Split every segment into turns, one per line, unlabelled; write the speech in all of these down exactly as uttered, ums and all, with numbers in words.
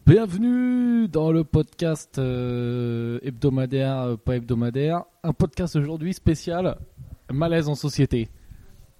Bienvenue dans le podcast euh, hebdomadaire, euh, pas hebdomadaire, un podcast aujourd'hui spécial malaise en société. Pourquoi ?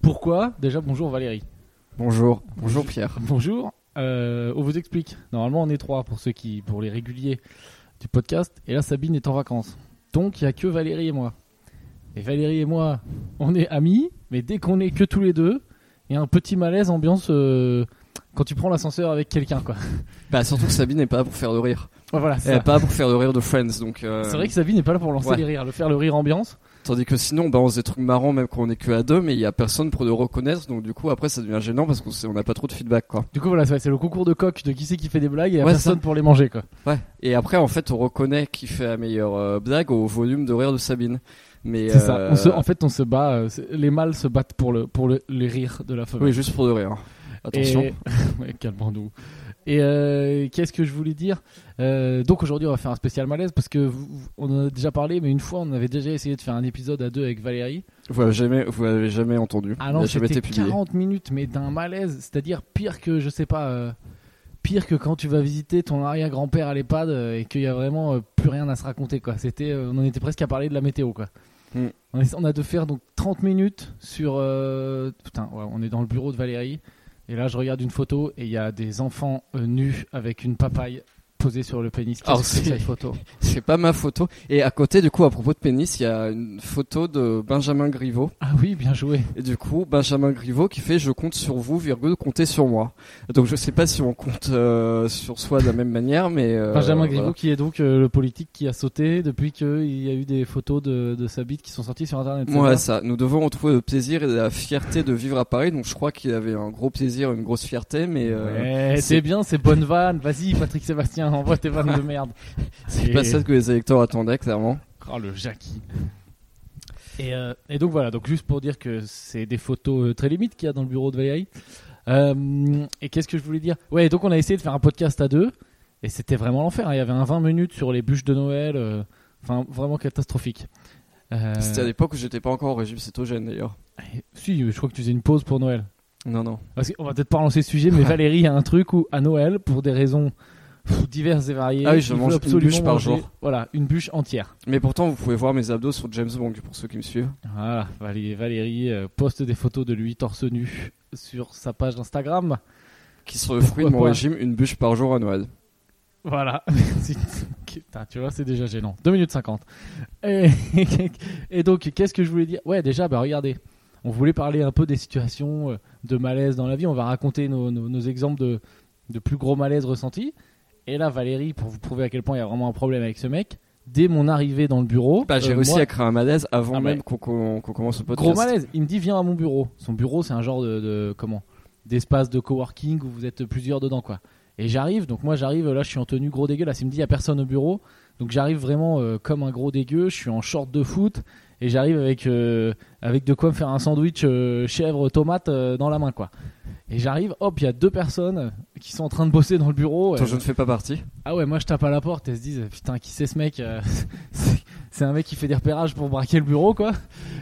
Déjà bonjour Valérie.
Bonjour, bonjour Pierre.
Bonjour, euh, on vous explique. Normalement on est trois pour ceux qui, pour les réguliers du podcast, et là Sabine est en vacances. Donc il n'y a que Valérie et moi. Et Valérie et moi, on est amis, mais dès qu'on est que tous les deux, il y a un petit malaise ambiance euh, quand tu prends l'ascenseur avec quelqu'un, quoi.
Bah surtout que Sabine n'est pas là pour faire de rire.
Ouais, voilà, c'est
Elle
ça.
n'est pas là pour faire de rire de Friends, donc. Euh...
C'est vrai que Sabine n'est pas là pour lancer
Ouais.
les rires, le faire le rire ambiance.
Tandis que sinon, bah on faisait des trucs marrants même quand on est que à deux, mais il y a personne pour le reconnaître, donc du coup après ça devient gênant parce qu'on sait- on n'a pas trop de feedback, quoi.
Du coup voilà, c'est, c'est le concours de coq de qui c'est qui fait des blagues et il y a
Ouais,
personne
ça.
pour les manger, quoi.
Ouais. Et après en fait on reconnaît qui fait la meilleure euh, blague au volume de rire de Sabine. Mais
C'est
euh...
ça. On se, en fait, on se bat. euh, c'est- les mâles se battent pour le pour le, les rires de la femelle.
oui, juste pour de rire. Attention.
Et... ouais, calmons-nous. Et euh, qu'est-ce que je voulais dire euh, Donc aujourd'hui, on va faire un spécial malaise parce que vous, vous- on en a déjà parlé, mais une fois, on avait déjà essayé de faire un épisode à deux avec Valérie.
Vous l'avez jamais, vous l'avez jamais entendu.
Ah
Il
non,
n'a jamais
c'était
été publié.
quarante minutes, mais d'un malaise, c'est-à-dire pire que, je sais pas, euh, pire que quand tu vas visiter ton arrière-grand-père à l'EHPAD euh, et qu'il y a vraiment euh, plus rien à se raconter, quoi. C'était, euh, on en était presque à parler de la météo, quoi.
Mm.
On, est- on a de faire donc trente minutes sur... euh, putain, ouais, on est dans le bureau de Valérie, et là je regarde une photo et il y a des enfants euh, nus avec une papaye posée sur le pénis. Qu'est-ce
Alors,
que c'est que
c'est-
cette photo ?
C'est pas ma photo. Et à côté, du coup, à propos de pénis, il y a une photo de Benjamin Griveaux.
Ah oui, bien joué.
Et du coup, Benjamin Griveaux qui fait « Je compte sur vous, virgule, comptez sur moi ». Donc je sais pas si on compte euh, sur soi de la même manière, mais... euh,
Benjamin Griveaux
voilà.
qui est donc euh, le politique qui a sauté depuis qu'il y a eu des photos de, de sa bite qui sont sorties sur internet. c'est
Ouais,
ça
ça. Nous devons retrouver le plaisir et la fierté de vivre à Paris. Donc je crois qu'il avait un gros plaisir, une grosse fierté, mais... euh,
Ouais, c'est
c'est-
bien, c'est bonne vanne. Vas-y, Patrick Sébastien, envoie tes vannes de merde.
c'est
Et-
pas ça que les électeurs attendaient, clairement.
Oh, le Jackie. Et, euh, et donc voilà, donc juste pour dire que c'est des photos euh, très limites qu'il y a dans le bureau de Valérie. Euh, et qu'est-ce que je voulais dire ? Ouais, donc on a essayé de faire un podcast à deux, et c'était vraiment l'enfer, hein. Il y avait un vingt minutes sur les bûches de Noël, euh, enfin vraiment catastrophique. Euh,
C'était à l'époque où j'étais pas encore au régime cétogène, d'ailleurs.
Si, je crois que tu faisais une pause pour Noël.
Non, non.
Parce qu'on va peut-être pas relancer ce sujet, mais Valérie a un truc où à Noël, pour des raisons pff, diverses et variées,
Ah oui, je
il faut
mange une
absolument
bûche par
manger,
jour.
Voilà, une bûche entière.
Mais pourtant, vous pouvez voir mes abdos sur James Bond, pour ceux qui me suivent.
Voilà, Valé- Valérie euh, poste des photos de lui torse nu sur sa page Instagram.
Qui sont le fruit de mon
Pourquoi
régime, une bûche par jour à Noël.
Voilà. Putain, tu vois, c'est déjà gênant. deux minutes cinquante. Et, et donc, qu'est-ce que je voulais dire ? Ouais, déjà, bah regardez. On voulait parler un peu des situations euh, de malaise dans la vie. On va raconter nos, nos, nos exemples de, de plus gros malaise ressentis. Et là, Valérie, pour vous prouver à quel point il y a vraiment un problème avec ce mec, dès mon arrivée dans le bureau...
Bah, j'ai
euh,
réussi
moi,
à créer un malaise avant
Ah,
même
mais-
qu'on, qu'on, qu'on commence le podcast.
Gros malaise. Il me dit viens à mon bureau. Son bureau, c'est un genre de, de comment d'espace de coworking où vous êtes plusieurs dedans, quoi. Et j'arrive, donc moi j'arrive, là je suis en tenue gros dégueulasse. Il me dit il y a personne au bureau, donc j'arrive vraiment euh, comme un gros dégueu. Je suis en short de foot et j'arrive avec euh, avec de quoi me faire un sandwich euh, chèvre tomate euh, dans la main, quoi. Et j'arrive, hop, il y a deux personnes qui sont en train de bosser dans le bureau.
Toi,
euh,
je ne fais pas partie.
ah ouais, moi je tape à la porte et se disent putain, qui c'est ce mec euh, c'est, c'est un mec qui fait des repérages pour braquer le bureau, quoi.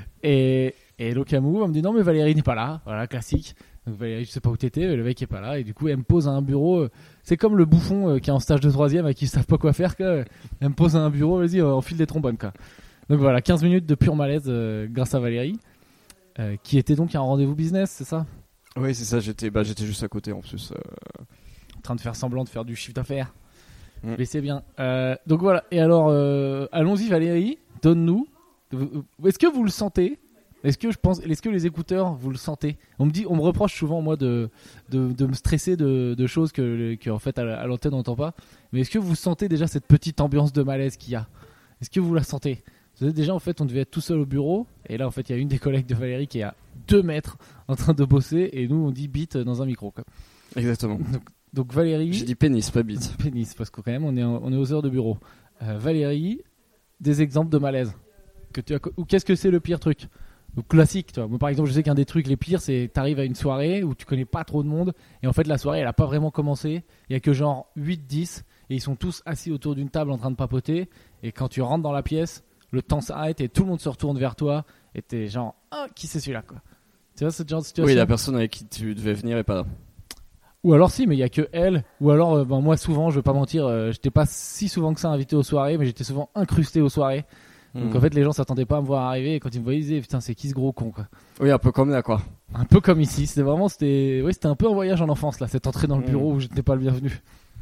Et, et Locamu elle me dit non mais Valérie n'est pas là, voilà, classique. Donc Valérie, je sais pas où t'étais, mais le mec est pas là, et du coup elle me pose à un bureau. euh, C'est comme le bouffon euh, qui est en stage de troisième et qui savent pas quoi faire, quoi. Elle me pose à un bureau, vas-y, euh, enfile des trombones, quoi. Donc voilà, quinze minutes de pur malaise euh, grâce à Valérie, euh, qui était donc à un rendez-vous business, c'est ça ?
Oui, c'est ça. J'étais, bah, j'étais juste à côté en plus. euh.
En train de faire semblant de faire du chiffre d'affaires.
Mm.
Mais c'est bien. Euh, donc voilà. Et alors, euh, allons-y Valérie, donne-nous. Est-ce que vous le sentez ? Est-ce que je pense, est-ce que les écouteurs vous le sentez ? On me dit, on me reproche souvent moi de de, de me stresser de, de choses que, que en fait à, à l'antenne on n'entend pas. Mais est-ce que vous sentez déjà cette petite ambiance de malaise qu'il y a ? Est-ce que vous la sentez ? Vous savez, déjà en fait on devait être tout seul au bureau et là en fait il y a une des collègues de Valérie qui est à deux mètres en train de bosser et nous on dit bite dans un micro, quoi.
Exactement.
Donc, donc Valérie.
J'ai dit pénis, pas bite.
Pénis, parce que quand même, on est, en- on est aux heures de bureau. Euh, Valérie, des exemples de malaise. Que tu as, co- ou qu'est-ce que c'est le pire truc ? Ou classique, toi. Moi, par exemple, je sais qu'un des trucs les pires, c'est t'arrives à une soirée où tu connais pas trop de monde, et en fait, la soirée, elle a pas vraiment commencé. Il y a que genre huit dix, et ils sont tous assis autour d'une table en train de papoter, et quand tu rentres dans la pièce, le temps s'arrête, et tout le monde se retourne vers toi, et t'es genre, ah, qui c'est celui-là, quoi. Tu vois, ce genre de situation.
Oui, la personne avec qui tu devais venir est pas là.
Ou alors si, mais il y a que elle. Ou alors, euh, ben, moi souvent, je vais pas mentir, euh, j'étais pas si souvent que ça invité aux soirées, mais j'étais souvent incrusté aux soirées. Donc
Mmh.
en fait, les gens s'attendaient pas à me voir arriver et quand ils me voyaient, ils disaient putain, c'est qui ce gros con quoi.
Oui, un peu comme là, quoi.
Un peu comme ici. C'était vraiment, c'était, oui, c'était un peu un voyage en enfance là, cette entrée dans le
Mmh.
bureau où j'étais pas le bienvenu.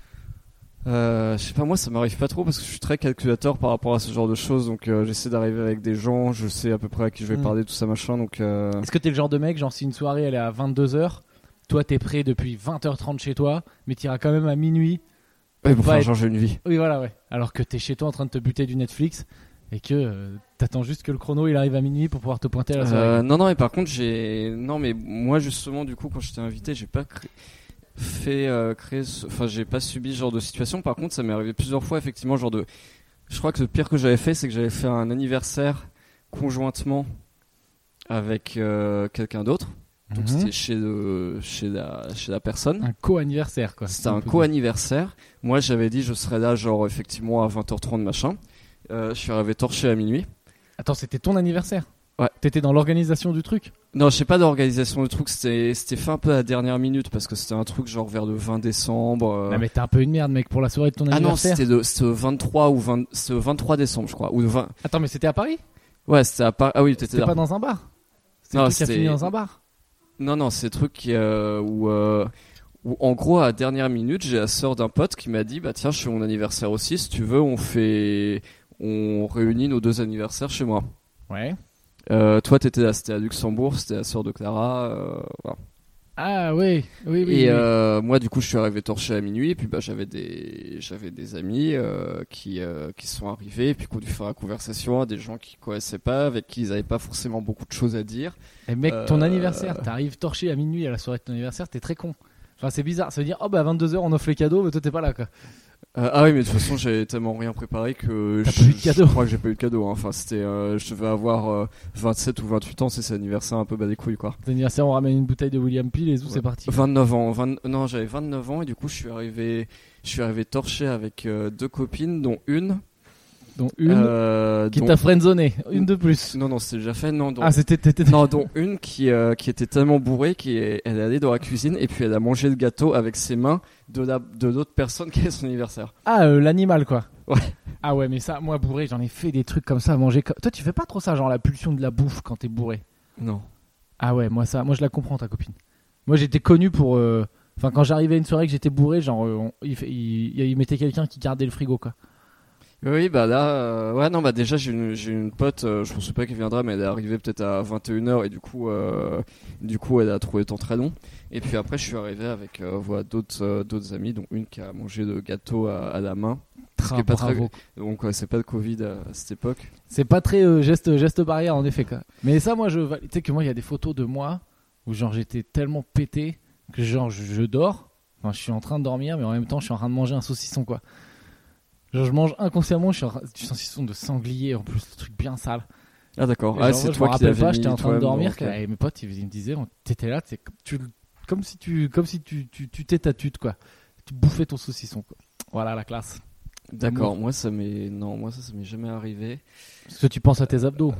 Euh, je sais pas, moi ça m'arrive pas trop parce que je suis très calculateur par rapport à ce genre de choses, donc euh, j'essaie d'arriver avec des gens, je sais à peu près à qui je vais
Mm.
parler, tout ça machin, donc euh...
Est-ce que t'es le genre de mec, genre si une soirée elle est à vingt-deux heures, toi t'es prêt depuis vingt heures trente chez toi, mais t'iras quand même à minuit.
ouais, pour
pas
faire
être-
genre j'ai une vie.
Oui voilà ouais. Alors que t'es chez toi en train de te buter du Netflix et que euh, t'attends juste que le chrono il arrive à minuit pour pouvoir te pointer à la soirée.
Euh, non non, mais par contre j'ai, non mais moi justement du coup quand j'étais invité j'ai pas cré... fait euh, créer, ce... enfin j'ai pas subi ce genre de situation. Par contre ça m'est arrivé plusieurs fois effectivement genre de, je crois que le pire que j'avais fait c'est que j'avais fait un anniversaire conjointement avec euh, quelqu'un d'autre. Donc
Mhm.
c'était chez, le, chez, la, chez la personne.
Un co-anniversaire quoi.
C'était un co-anniversaire. Moi j'avais dit je serais là genre effectivement à vingt heures trente machin. Euh, je suis arrivé torché à minuit.
Attends, c'était ton anniversaire?
Ouais.
T'étais dans l'organisation du truc?
Non, je sais pas d'organisation du truc, c'était, c'était fait un peu à la dernière minute parce que c'était un truc genre vers le vingt décembre. euh.
Ah mais t'es un peu une merde mec pour la soirée de ton
Ah non,
anniversaire.
c'était, de, c'était le vingt-trois ou vingt, c'était le vingt-trois décembre je crois. Ou le vingt...
Attends mais c'était à Paris?
Ouais, c'était à Paris. Ah oui, t'étais
C'était
là.
pas dans un bar? C'était
Non,
le truc qui a
c'était-
fini dans un bar?
Non, non, c'est le truc qui, euh, où, euh, où en gros à la dernière minute j'ai la sœur d'un pote qui m'a dit bah tiens je fais mon anniversaire aussi, si tu veux on fait, on réunit nos deux anniversaires chez moi.
Ouais.
Euh, toi t'étais là, c'était à Luxembourg, c'était la sœur de Clara. Euh, voilà.
Ah oui, oui, oui.
Et
oui.
euh, moi du coup je suis arrivé torché à minuit et puis bah j'avais des j'avais des amis euh, qui euh, qui sont arrivés et puis qui ont dû faire la conversation à des gens qui connaissaient pas, avec qui ils avaient pas forcément beaucoup de choses à dire.
Et mec, ton
euh,
anniversaire, t'arrives torché à minuit à la soirée de ton anniversaire, t'es très con. Enfin, c'est bizarre. Ça veut dire, oh bah à vingt-deux heures on offre les cadeaux, mais toi t'es pas là quoi.
Euh, ah oui mais de toute façon j'avais tellement rien préparé que
T'as
je,
pas eu de cadeau.
je crois que j'ai pas eu de cadeau. Hein. Enfin c'était euh, je devais avoir euh, vingt-sept ou vingt-huit ans, c'est cet anniversaire un peu bas des couilles quoi.
Ton anniversaire, on ramène une bouteille de William Peel et tout, c'est parti.
vingt-neuf ans, vingt... non j'avais vingt-neuf ans et du coup je suis arrivé je suis arrivé torché avec euh, deux copines dont une
Donc une
euh,
qui
dont-
t'a friendzonné, une de plus.
Non, non, c'était déjà fait. Non, dont...
Ah, c'était. t'étais-
non, dont une qui, euh, qui était tellement bourrée qu'elle est elle est allée dans la cuisine et puis elle a mangé le gâteau avec ses mains de la de l'autre personne qui est son anniversaire.
Ah, euh, l'animal quoi.
Ouais.
Ah ouais, mais ça, moi bourré, j'en ai fait des trucs comme ça à manger. co- Toi, tu fais pas trop ça, genre la pulsion de la bouffe quand t'es bourré.
Non.
Ah ouais, moi ça, moi je la comprends ta copine. Moi j'étais connu pour, euh, enfin quand j'arrivais à une soirée que j'étais bourré, genre euh, on- il, fait- il, il mettait quelqu'un qui gardait le frigo quoi.
Oui, bah là, euh, ouais, non, bah déjà j'ai une, j'ai une pote, euh, je pense pas qu'elle viendra, mais elle est arrivée peut-être à vingt et une heures et du coup, euh, du coup, elle a trouvé le temps très long. Et puis après, je suis arrivé avec euh, voilà, d'autres, euh, d'autres amis, dont une qui a mangé le gâteau à, à la main. Ce qui est pas très-
Bravo.
Donc euh, c'est pas de Covid à, à cette époque.
C'est pas très euh, geste geste barrière en effet quoi. Mais ça moi je val- tu sais que moi il y a des photos de moi où genre j'étais tellement pété que genre je, je dors, enfin je suis en train de dormir mais en même temps je suis en train de manger un saucisson quoi. Genre je mange inconsciemment, je suis en train- du saucisson de sanglier en plus, le truc bien sale.
Ah d'accord.
Et
Ah
genre,
c'est
moi, je
toi
me
qui
rappelle
l'avais
pas,
mis
j'étais en train de
toi-même,
dormir
donc,
quoi, et mes potes ils, ils me disaient on- t'étais là, t'es- tu comme si tu comme si tu tu tu t'es ta tute quoi. Tu bouffais ton saucisson quoi. Voilà la classe.
D'accord, moi ça m'est non, moi ça ça m'est jamais arrivé.
Parce que tu penses à tes abdos.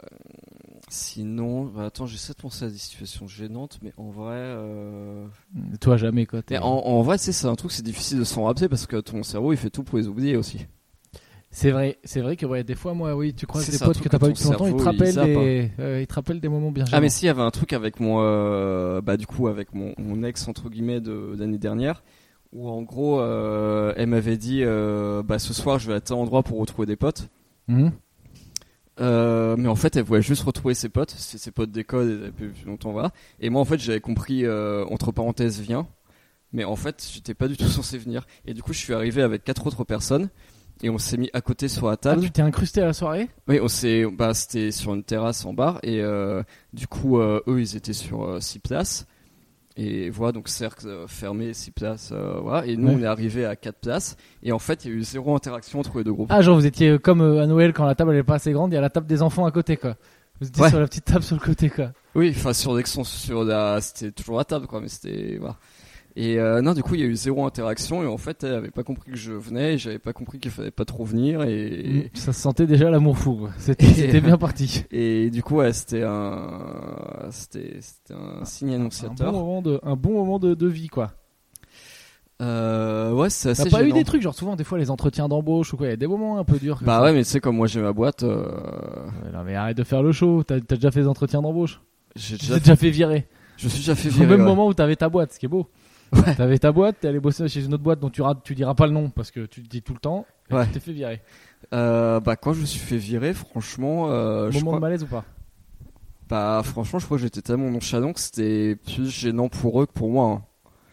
Sinon, bah, attends, j'essaie de penser à des situations gênantes, mais en vrai, euh...
Toi jamais quoi. t'es-
mais en, en vrai, tu sais, c'est un truc, c'est difficile de s'en rappeler parce que ton cerveau, il fait tout pour les oublier aussi.
C'est vrai, c'est vrai que ouais, des fois moi oui, tu croises
C'est
des
ça, un
potes
truc
que t'as
que
pas eu
ton
depuis longtemps, ils te
cerveau, il
rappellent
zappe,
des, euh, ils te rappellent des moments bien
Ah
gênants.
mais si, il y avait un truc avec mon, euh, bah du coup, avec mon, mon ex entre guillemets de l'année dernière, où en gros, euh, elle m'avait dit, euh, bah ce soir, je vais à tel endroit pour retrouver des potes.
Mhm.
Euh, mais en fait, elle voulait juste retrouver ses potes, c'est ses potes d'école, elle avait plus longtemps, voilà. Et moi, en fait, j'avais compris, euh, entre parenthèses, viens. Mais en fait, j'étais pas du tout censé venir. Et du coup, je suis arrivé avec quatre autres personnes. Et on s'est mis à côté sur la
Ah,
table.
tu t'es incrusté à la soirée?
Oui, on s'est, bah, c'était sur une terrasse en bar. Et euh, du coup, euh, eux, ils étaient sur euh, six places. Et voilà, donc cercle euh, fermé, six places. Euh, voilà. Et nous,
Ouais.
on est arrivé à quatre places. Et en fait, il y a eu zéro interaction entre les deux groupes.
Ah genre vous étiez euh, comme euh, à Noël quand la table elle est pas assez grande, il y a la table des enfants à côté quoi. Vous étiez
Ouais.
sur la petite table sur le côté quoi.
Oui, enfin sur l'extension, sur la, c'était toujours à table quoi, mais c'était voilà. Et euh, non, du coup, il y a eu zéro interaction et en fait, elle avait pas compris que je venais, et j'avais pas compris qu'il fallait pas trop venir et
Mm. Ça se sentait déjà l'amour fou quoi. C'était,
Et-
c'était bien parti.
et du coup, ouais, c'était un, c'était, c'était un signe
Un bon
annonciateur.
moment de, un bon moment de, de vie quoi.
Euh, ouais, c'est assez
T'as pas
gênant.
eu des trucs, genre souvent, des fois, les entretiens d'embauche ou quoi, il y a des moments un peu durs. comme
Bah
ça.
ouais, mais tu sais, comme moi j'ai ma boîte, euh,
Ouais, non, mais arrête de faire le show. T'as, t'as déjà fait des entretiens d'embauche.
j'ai
Tu
déjà,
t'es déjà fait virer.
je me suis déjà fait
Au
virer.
même
ouais.
moment où t'avais ta boîte, ce qui est beau.
Ouais.
T'avais ta boîte, t'es allé bosser chez une autre boîte dont tu, ra- tu diras pas le nom parce que tu le dis tout le temps. Et
Ouais.
tu t'es fait virer.
Euh, bah quand je me suis fait virer, franchement, euh, je
Moment
crois,
de malaise ou pas?
bah franchement, je crois que j'étais tellement nonchalant que c'était plus gênant pour eux que pour moi. hein.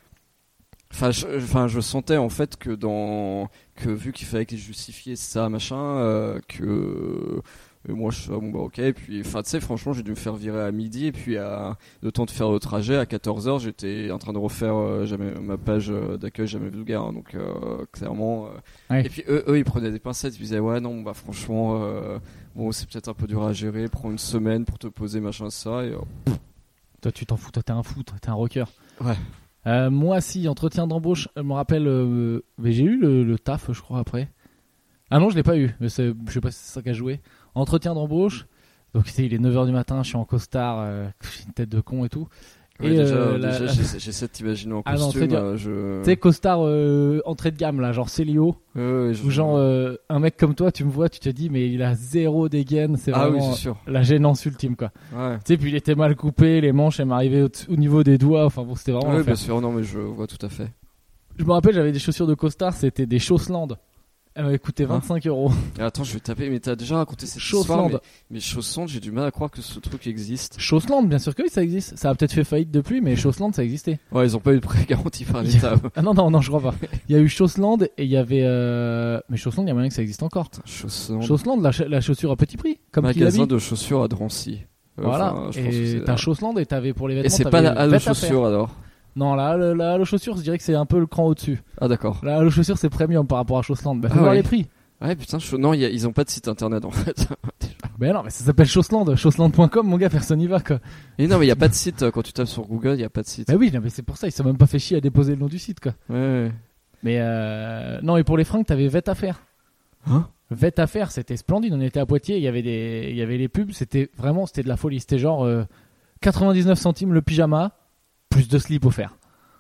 Enfin, je, enfin, je sentais en fait que dans, que vu qu'il fallait que les justifier ça, machin, euh, que et moi je suis ah, bon bah ok. Et puis, enfin, tu sais, franchement, j'ai dû me faire virer à midi et puis à le temps de faire le trajet à quatorze heures, j'étais en train de refaire euh, jamais ma page euh, d'accueil jamais vulgaire. hein. donc euh, clairement. euh,
Ouais.
Et puis eux, eux, ils prenaient des pincettes, ils disaient ouais non, bah franchement, euh, bon c'est peut-être un peu dur à gérer, prends une semaine pour te poser machin ça et euh,
Toi, tu t'en fous. Toi, t'es un fou. Toi, t'es un rocker.
ouais.
Euh, moi, si, entretien d'embauche, je me rappelle. euh, mais j'ai eu le, le taf, je crois, après. Ah non, je l'ai pas eu. Mais c'est, je sais pas si c'est ça qui a joué. Entretien d'embauche. Donc, tu sais, il est neuf heures du matin, je suis en costard, euh, une tête de con et tout.
Ouais,
Et,
déjà,
euh,
déjà
la-
j'essaie, j'essaie de t'imaginer en
Ah non,
costume.
très dur.
euh, je...
Tu sais, costard euh, entrée de gamme, là, genre Célio.
Ouais, ouais, je-
Ou genre, euh, un mec comme toi, tu me vois, tu te dis, mais il a zéro dégaine. C'est
ah oui,
vraiment
c'est sûr.
la gênance ultime, quoi.
Ouais,
Tu sais, puis il était mal coupé, les manches, elles m'arrivaient au, au niveau des doigts. Enfin bon, c'était vraiment
ouais
l'enfer.
bien sûr, non mais je vois tout à fait.
Je me rappelle, j'avais des chaussures de costard, c'était des Chausseland. Elles m'avaient coûté
Hein
vingt-cinq euros.
Et attends, je vais taper, mais t'as déjà raconté cette histoire,
Chausseland.
mais, mais Chausseland, j'ai du mal à croire que ce truc existe.
Chausseland, bien sûr que oui, ça existe. Ça a peut-être fait faillite depuis, mais Chausseland, ça existait.
Ouais, ils ont pas eu de prêt garanti par l'État.
Ah non, non, non, je crois pas. Il y a eu Chausseland et il y avait. Euh... Mais Chausseland, il y a moyen que ça existe encore.
Chausseland.
Chausseland, la, ch- la chaussure à petit prix, comme
Magasin
Kilabi.
de chaussures à Drancy. Euh,
Voilà.
enfin, je pense que
Et
c'est-
t'as Chausseland et t'avais pour les vêtements.
Et c'est
t'avais
pas la Halo
Vête à Faire.
chaussure alors.
Non, la, la, la Halo chaussure, je dirais que c'est un peu le cran au-dessus.
Ah d'accord.
La Halo chaussure, c'est premium par rapport à Chausseland. Bah, faut
Ah
voir
ouais.
les prix.
Ouais putain, je- non, y a- ils ont pas de site internet en fait.
Ben non, mais ça s'appelle Chausseland. Chausseland point com, mon gars, personne n'y va, quoi.
Et non, mais y a pas de site euh, quand tu tapes sur Google, y a pas de site.
Bah oui, non, mais c'est pour ça, ils s'est même pas fait chier à déposer le nom du site, quoi.
Ouais. ouais.
Mais euh... non, et pour les fringues, t'avais Vête à Faire.
Hein
Vête à Faire, c'était splendide. On était à Poitiers, il y avait des, il y avait les pubs. C'était vraiment, c'était de la folie. C'était genre euh, quatre-vingt-dix-neuf centimes le pyjama, plus deux slips offerts.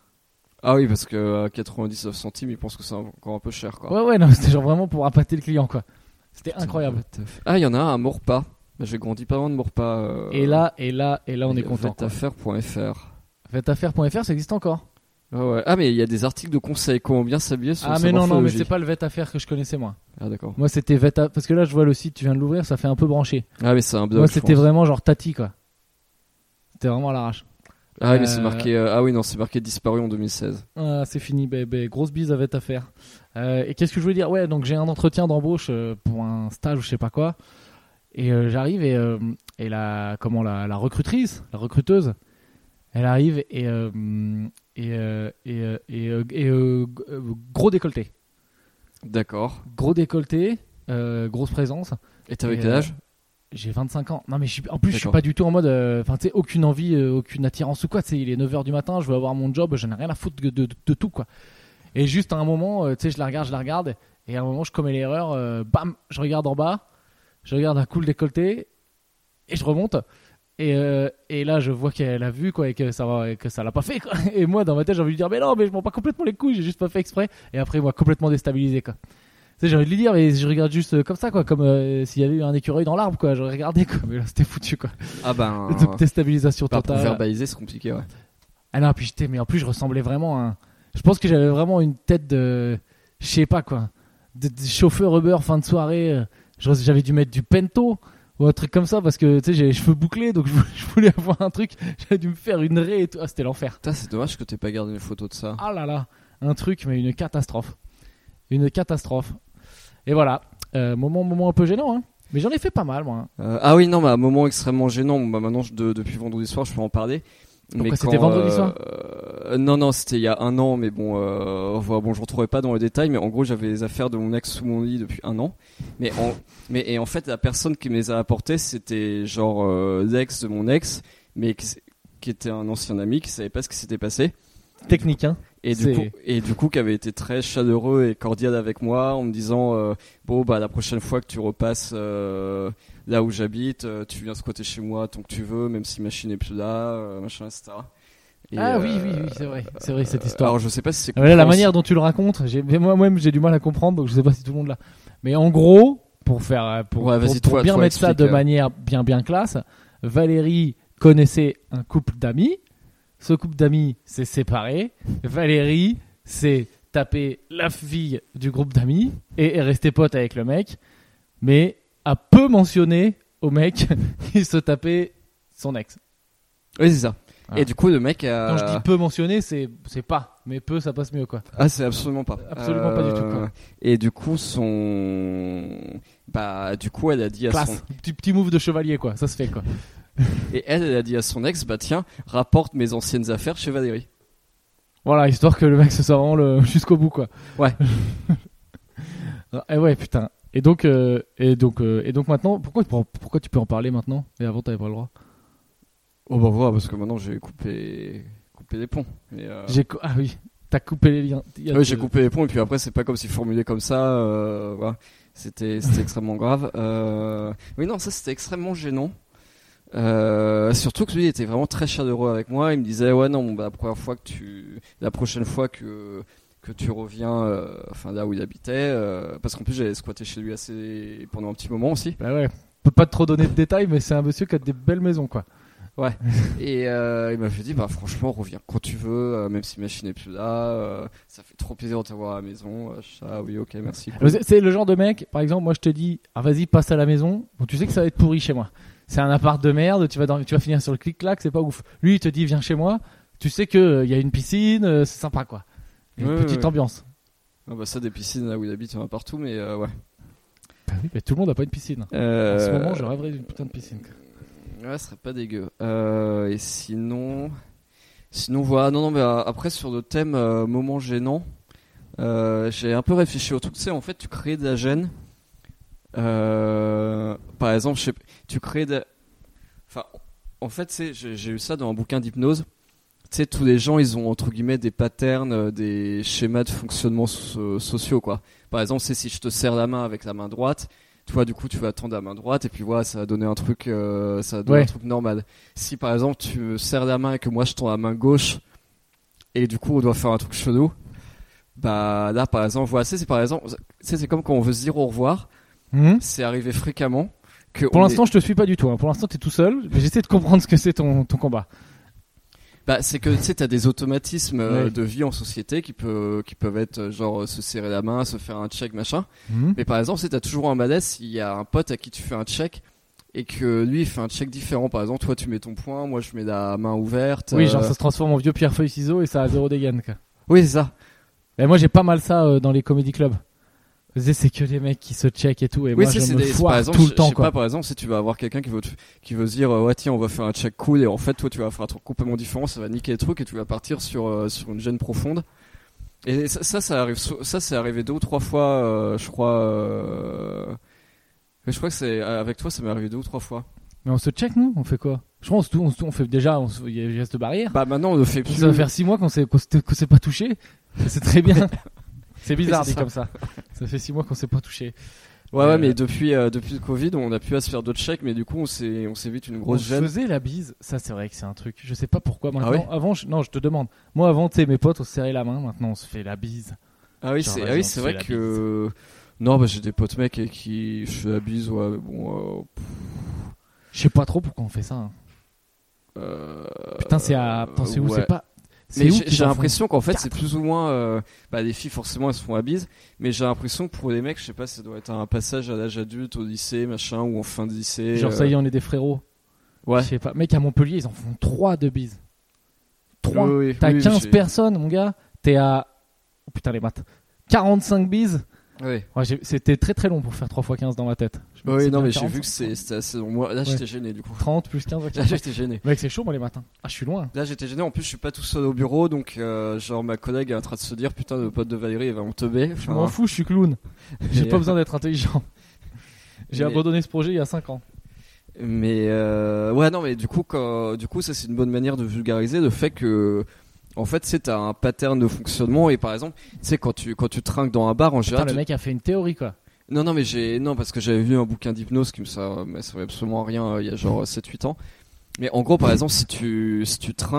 Ah oui, parce que à quatre-vingt-dix-neuf centimes, ils pensent que c'est encore un peu cher quoi.
Ouais, ouais, non, c'était genre vraiment pour appâter le client, quoi. C'était incroyable.
Ah, il y en a un à Maurepas. Bah, j'ai grandi pas loin de Maurepas. Euh...
Et là, et là, et là, on est content. quoi.
Vêteaffaire point F R.
Vête à Faire point F R, ça existe encore.
Ah ouais. Ah mais il y a des articles de conseils comment bien s'habiller sur
Ah
sa
mais non, non, mais
morphologie.
c'est pas le Vête à Faire que je connaissais moi.
Ah d'accord.
Moi, c'était Vête à... parce que là, je vois le site, tu viens de l'ouvrir, ça fait un peu branché.
Ah mais c'est un blog.
Moi,
je
c'était
pense.
vraiment genre Tati, quoi. C'était vraiment à l'arrache.
Ah oui, mais c'est
Euh,
marqué. euh, Ah oui, non, c'est marqué disparu en deux mille seize.
Ah, c'est fini, bah, bah, grosse bise avec à faire. Euh, et qu'est-ce que je voulais dire? Ouais, donc j'ai un entretien d'embauche euh, pour un stage ou je sais pas quoi. Et euh, j'arrive et, euh, et la, comment, la, la recrutrice, la recruteuse, elle arrive et, euh, et, euh, et, euh, et, euh, et, euh, g- euh, gros décolleté.
D'accord.
Gros décolleté, euh, grosse présence.
Et t'avais
Et,
quel
euh,
âge?
J'ai vingt-cinq ans. Non, mais je suis, en plus, je suis
D'accord.
pas du tout en mode. Enfin, tu sais, aucune envie, euh, aucune attirance ou quoi. Tu sais, il est neuf heures du matin, je veux avoir mon job, j'en ai rien à foutre de, de, de, de tout, quoi. Et juste à un moment, euh, tu sais, je la regarde, je la regarde. Et à un moment, je commets l'erreur. euh, bam, je regarde en bas. Je regarde un coup le décolleté. Et je remonte. Et, euh, et là, je vois qu'elle a vu, quoi, et que ça, va, et que ça l'a pas fait, quoi. Et moi, dans ma tête, j'ai envie de lui dire, mais non, mais je m'en bats complètement les couilles, j'ai juste pas fait exprès. Et après, moi, complètement déstabilisé, quoi. Tu sais, j'ai envie de lui dire, mais je regarde juste euh, comme ça, quoi, comme euh, s'il y avait eu un écureuil dans l'arbre, quoi. J'aurais regardé, quoi. Mais là, c'était foutu, quoi.
Ah ben.
Donc, déstabilisation
Pas pour
totale.
verbaliser, c'est compliqué, ouais.
Ah non, puis j'étais, mais en plus, je ressemblais vraiment à un. Je pense que j'avais vraiment une tête de. Je sais pas, quoi. De, de chauffeur Uber fin de soirée. euh, je- J'avais dû mettre du Pento ou un truc comme ça parce que, tu sais, j'ai les cheveux bouclés, donc je voulais, je voulais avoir un truc. J'avais dû me faire une raie et tout. Ah, c'était l'enfer.
Putain, c'est dommage que t'aies pas gardé une photo de ça.
Ah là là, un truc, mais une catastrophe. Une catastrophe. Et voilà, euh, moment, moment un peu gênant, hein. Mais j'en ai fait pas mal, moi. hein.
Euh, ah oui, non, mais un moment extrêmement gênant. Bon, bah maintenant, je- de- depuis vendredi soir, je peux en parler.
Pourquoi
Mais
c'était
quand,
vendredi
euh,
soir
euh, Non, non, c'était il y a un an, mais bon, euh, voilà, bon, je retrouverai pas dans les détails, mais en gros, j'avais les affaires de mon ex sous mon lit depuis un an. Mais en, mais et en fait, la personne qui me les a apportées, c'était genre euh, l'ex de mon ex, mais qui, qui était un ancien ami, qui savait pas ce qui s'était passé.
Technique, hein.
Et du
C'est-
coup, et du coup, qui avait été très chaleureux et cordial avec moi, en me disant, euh, bon, bah, la prochaine fois que tu repasses euh, là où j'habite, euh, tu viens squatter chez moi tant que tu veux, même si ma machine est plus là, euh, machin, et cetera. Et,
Ah
euh,
oui, oui, oui, c'est vrai, c'est vrai cette histoire.
Alors je sais pas si c'est
Ah, voilà, la
compréhensible.
manière dont tu le racontes, j'ai, moi-même j'ai du mal à comprendre, donc je sais pas si tout le monde l'a. Mais en gros, pour faire, pour,
Ouais,
pour,
vas-y,
pour
toi-
bien
toi,
mettre ça
explique,
de
euh.
manière bien bien classe, Valérie connaissait un couple d'amis. Ce couple d'amis s'est séparé. Valérie s'est tapé la fille du groupe d'amis et est restée pote avec le mec, mais a peu mentionné au mec qu'il se tapait son ex.
Oui, c'est ça.
Ah.
Et du coup, le mec a...
Quand je dis peu mentionné, c'est c'est pas, mais peu ça passe mieux quoi.
Ah, c'est absolument pas.
Absolument pas du tout, quoi.
Et du coup, son... Bah, du coup, elle a dit à
Classe,
son...
petit petit move de chevalier quoi, ça se fait quoi.
Et elle, elle a dit à son ex, bah tiens, rapporte mes anciennes affaires chez Valérie.
Voilà, histoire que le mec se soit vraiment le... jusqu'au bout quoi.
Ouais.
Et ouais putain. Et donc euh, et donc euh, et donc maintenant, pourquoi tu peux en- pourquoi tu peux en parler maintenant et avant t'avais pas le droit.
Oh bah voilà, parce que maintenant j'ai coupé, coupé les ponts. Et, euh...
J'ai co- ah oui, t'as coupé les liens. Il y a
Oui,
de-
j'ai coupé les ponts et puis après c'est pas comme si formulé comme ça. Euh, voilà. C'était, c'était extrêmement grave. Euh... Oui non, ça c'était extrêmement gênant. Euh, surtout que lui il était vraiment très chaleureux avec moi. Il me disait ouais non, bon, bah, la première fois que tu, la prochaine fois que que tu reviens, euh, enfin là où il habitait, euh, parce qu'en plus j'avais squatté chez lui assez pendant un petit moment aussi.
Bah ouais. Je peux pas trop donner de détails, mais c'est un monsieur qui a des belles maisons quoi.
Ouais. Et euh, il m'avait dit bah franchement reviens quand tu veux, euh, même si Machine n'est plus là, euh, ça fait trop plaisir de te voir à la maison. Euh, ah oui ok merci. Cool.
C'est c'est le genre de mec, par exemple, moi je te dis, ah vas-y passe à la maison. Bon, tu sais que ça va être pourri chez moi. C'est un appart de merde, tu vas dans- tu vas finir sur le clic-clac, c'est pas ouf. Lui il te dit viens chez moi, tu sais que il y a une piscine, euh, c'est sympa quoi. Il y a une
Ouais,
petite
ouais.
ambiance.
Ah bah ça des piscines là où il habite il y en a partout mais euh, ouais.
Bah oui, mais tout le monde a pas une piscine.
Euh...
En ce moment, je rêverais d'une putain de piscine. quoi.
Ouais, ce serait pas dégueu. Euh, et sinon, sinon voilà. Non, non, mais euh, après sur le thème euh, moment gênant, euh, j'ai un peu réfléchi au truc. Tu sais, en fait, tu crées de la gêne. Euh, par exemple, je sais, p- tu crées de. Enfin, en fait, c'est, j'ai, j'ai eu ça dans un bouquin d'hypnose. Tu sais, tous les gens, ils ont entre guillemets des patterns, euh, des schémas de fonctionnement so- sociaux, quoi. Par exemple, c'est si je te serre la main avec la main droite. Toi, du coup, tu vas tendre la main droite et puis voilà, ça va donner un truc, euh, ça va donner
Ouais.
un truc normal. Si par exemple tu me serres la main et que moi je tends la main gauche et du coup on doit faire un truc chelou, bah là par exemple, voilà, c'est, c'est par exemple, c'est, c'est comme quand on veut se dire au revoir,
Mhm.
c'est arrivé fréquemment que
Pour
on
l'instant,
est-
je te suis pas du tout. hein. Pour l'instant, t'es tout seul. Mais j'essaie de comprendre ce que c'est ton, ton combat.
bah c'est que tu sais t'as des automatismes euh,
Ouais.
de vie en société qui peut, qui peuvent être euh, genre euh, se serrer la main, se faire un check machin.
Mhm.
Mais par exemple, si t'as toujours un malaise, il y a un pote à qui tu fais un check et que lui il fait un check différent. Par exemple, toi tu mets ton poing, moi je mets la main ouverte.
Oui,
euh,
genre ça se transforme en vieux pierre feuille ciseaux et ça a zéro dégaine. Quoi.
Oui, c'est ça.
Et moi, j'ai pas mal ça euh, dans les comedy clubs. Je disais, c'est que les mecs qui se check et tout. Et
Oui,
moi,
c'est,
je
c'est
me
des, c'est
foire
par exemple,
tout
je-
le temps.
je sais
Quoi.
pas, par exemple, si tu vas avoir quelqu'un qui veut, te- qui veut se dire, euh, ouais, tiens, on va faire un check cool, et en fait, toi, tu vas faire un truc complètement différent, ça va niquer le truc, et tu vas partir sur, euh, sur une gêne profonde. Et ça, ça, ça arrive, so- ça, c'est arrivé deux ou trois fois, euh, je crois, euh, je crois que c'est, avec toi, ça m'est arrivé deux ou trois fois.
Mais on se check, nous On fait quoi? Je crois qu'on se, on, on fait déjà, on se- il y a des gestes barrières.
Bah, maintenant, on le fait plus.
Ça va faire six mois qu'on s'est, qu'on s'est, qu'on s'est pas touché. C'est très bien. C'est bizarre
Oui, c'est
dit
ça.
comme ça. Ça fait six mois qu'on s'est pas touché.
Ouais,
Euh,
ouais, mais depuis, euh, depuis le Covid, on a pu à se faire d'autres checks, mais du coup, on s'est, on s'évite une
On
grosse
se
gêne.
faisait la bise. Ça, c'est vrai que c'est un truc. Je sais pas pourquoi maintenant.
Ah ouais
Avant, je, non, je te demande. Moi, avant, tu sais, mes potes, on se serrait la main. Maintenant, on se fait la bise.
Ah oui,
Genre,
c'est,
vas-y,
ah oui,
on
c'est
se
vrai
fait la
que, non, bah, j'ai des potes mecs et qui, je fais la bise, ouais, mais bon, euh,
Je sais pas trop pourquoi on fait ça. hein.
euh,
Putain, c'est à. Attends, c'est où?
ouais.
C'est pas. C'est
Mais
où
j'ai,
qu'ils
j'ai
en font
l'impression qu'en fait
Quatre.
c'est plus ou moins euh, bah les filles forcément elles se font la bise, mais j'ai l'impression que pour les mecs je sais pas, ça doit être un passage à l'âge adulte au lycée machin ou en fin de lycée.
Genre, ça y est, on est des frérots.
Ouais.
Je sais pas. Mec, à Montpellier, ils en font trois de bises. trois.
Oui, oui,
T'as
oui,
quinze
j'ai-
personnes, mon gars. T'es à. Oh putain, les maths. quarante-cinq bises.
Oui.
Ouais, j'ai- c'était très très long pour faire trois fois quinze dans ma tête. Je me
Oui,
disais
non
bien
mais j'ai
quarante,
vu que c'est, c'était assez long. Moi là j'étais gêné du coup.
trente plus quinze.
Là j'étais gêné.
Mec, c'est chaud, moi, les matins. Ah, je suis loin.
Là j'étais gêné. En plus je suis pas tout seul au bureau donc euh, genre ma collègue est en train de se dire putain le pote de Valérie il va me teubé.
Je m'en fous, je suis clown. J'ai
Mais,
pas
euh,
besoin d'être intelligent. J'ai
mais-
abandonné ce projet il y a cinq ans.
Mais euh, ouais non mais du coup quand, du coup ça c'est une bonne manière de vulgariser le fait que en fait c'est t'as un pattern de fonctionnement et par exemple tu sais quand tu quand tu trinques dans un bar en
Putain,
général
le
tu-
mec a fait une théorie, quoi.
non non mais j'ai non parce que j'avais vu un bouquin d'hypnose qui me ça mais ça servait absolument à rien euh, il y a genre sept huit ans mais en gros par exemple si tu si tu trinques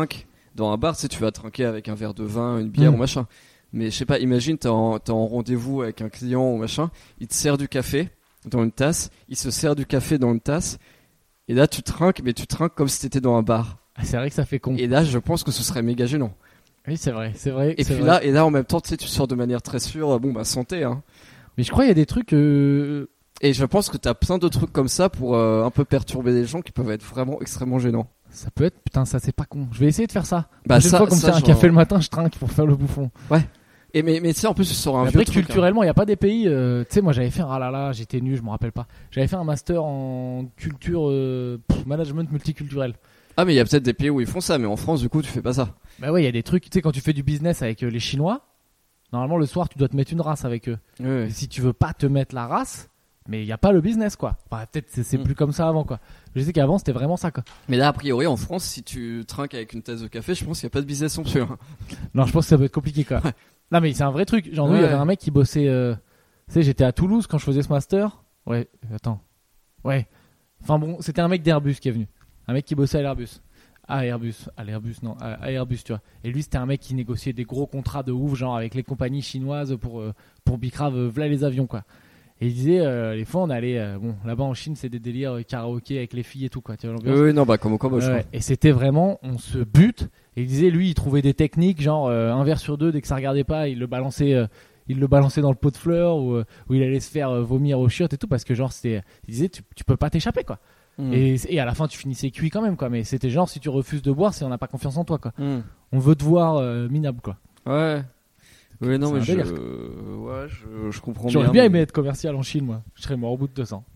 dans un bar, tu sais, tu vas trinquer avec un verre de vin, une bière
Mm.
ou machin. Mais je sais pas, imagine, t'es en, t'es en rendez-vous avec un client ou machin, il te sert du café dans une tasse, il se sert du café dans une tasse, et là tu trinques, mais tu trinques comme si t'étais dans un bar.
Ah, c'est vrai que ça fait con.
Et là, je pense que ce serait méga gênant.
Oui, c'est vrai, c'est vrai.
Et
c'est
puis
vrai.
là, et là, en même temps, tu sais, tu sors de manière très sûre, bon bah santé, hein.
Mais je crois qu'il y a des trucs. Euh...
Et je pense que t'as plein de trucs comme ça pour euh, un peu perturber les gens qui peuvent être vraiment extrêmement gênants.
Ça peut être. Putain, ça c'est pas con. Je vais essayer de faire ça.
Bah
Prochaine
ça,
fois, comme
ça,
ça, un
genre-
café le matin, je trinque pour faire le bouffon.
Et mais, mais tu sais, en plus, tu sors un
Mais
vieux
Après,
truc. hein.
culturellement, il n'y a pas des pays. euh, Tu sais, moi j'avais fait un. Ah là là, j'étais nul, je me rappelle pas. J'avais fait un master en culture. euh, pff, management multiculturel.
Ah, mais il y a peut-être des pays où ils font ça, mais en France, du coup, tu fais pas ça.
Bah ouais, il y a des trucs. Tu sais, quand tu fais du business avec euh, les Chinois, normalement le soir, tu dois te mettre une race avec eux.
Ouais,
Et si tu veux pas te mettre la race, mais il n'y a pas le business quoi. Enfin, peut-être c'est, c'est
Mm.
plus comme ça avant quoi. Je sais qu'avant c'était vraiment ça quoi.
Mais là, a priori, en France, si tu trinques avec une tasse de café, je pense qu'il n'y a pas de business non plus. hein.
Non, je pense que ça peut être compliqué quoi.
Ouais.
Non, mais c'est un vrai truc. Genre, nous, il y
Ouais.
avait un mec qui bossait. euh, Tu sais, j'étais à Toulouse quand je faisais ce master. Ouais, attends. Ouais. Enfin bon, c'était un mec d'Airbus qui est venu. Un mec qui bossait à l'Airbus. À Airbus. À l'Airbus, non. À, à Airbus, tu vois. Et lui, c'était un mec qui négociait des gros contrats de ouf, genre avec les compagnies chinoises pour, euh, pour Bicrave, euh, v'là les avions, quoi. Et il disait, euh, les fois, on allait. euh, bon, là-bas en Chine, c'est des délires euh, karaoké avec les filles et tout, quoi. Tu vois l'ambiance.
Oui, oui, non, bah comme au Cambodge.
Ouais, et c'était vraiment, on se bute. Et il disait, lui, il trouvait des techniques, genre euh, un verre sur deux, dès que ça regardait pas, il le balançait, euh, il le balançait dans le pot de fleurs ou euh, où il allait se faire euh, vomir au chiottes et tout, parce que genre, c'était, il disait, tu, tu peux pas t'échapper, quoi.
Mm.
Et, et à la fin, tu finissais cuit quand même, quoi. Mais c'était genre, si tu refuses de boire, c'est on n'a pas confiance en toi, quoi.
Mm.
On veut te voir euh, minable, quoi.
Ouais. Oui, non,
C'est
mais
un
je...
délire.
Ouais, je, je comprends
J'aurais
bien.
bien
mais-
aimé être commercial en Chine, moi. Je serais mort au bout de deux cents.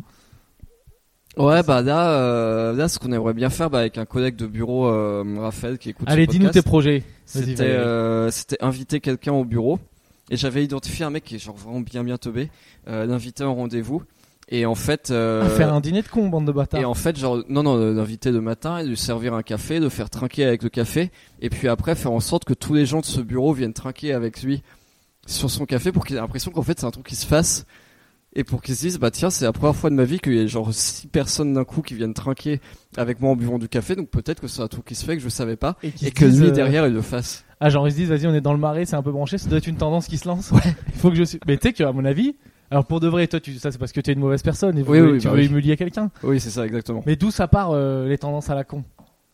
Ouais, bah là, euh, là, ce qu'on aimerait bien faire bah, avec un collègue de bureau, euh, Raphaël, qui écoute
Allez,
ce
dis-nous tes
podcast,
projets. Vas-y,
c'était,
Valérie.
euh, c'était inviter quelqu'un au bureau. Et j'avais identifié un mec qui est genre vraiment bien bien teubé, euh, l'inviter en rendez-vous. Et en fait, euh,
Ah, faire un dîner de con, bande de bâtards.
et en fait, genre, non, non, euh, d'inviter le matin et de lui servir un café, de faire trinquer avec le café, et puis après faire en sorte que tous les gens de ce bureau viennent trinquer avec lui sur son café pour qu'il ait l'impression qu'en fait c'est un truc qui se fasse. Et pour qu'ils se disent, bah tiens, c'est la première fois de ma vie qu'il y a genre six personnes d'un coup qui viennent trinquer avec moi en buvant du café, donc peut-être que c'est un truc qui se fait que je savais pas,
Et, qui
et
se
que
disent,
lui
euh,
derrière il le fasse.
Ah, genre ils se disent, vas-y, on est dans le marais, c'est un peu branché, ça doit être une tendance qui se lance. Ouais. Il faut que je suis. Mais tu sais qu'à mon avis, alors pour de vrai, toi, tu... ça c'est parce que tu es une mauvaise personne et vous
Oui,
voulez-
oui,
tu
bah
veux
oui.
humilier quelqu'un.
Oui, c'est ça, exactement.
Mais d'où ça part euh, les tendances à la con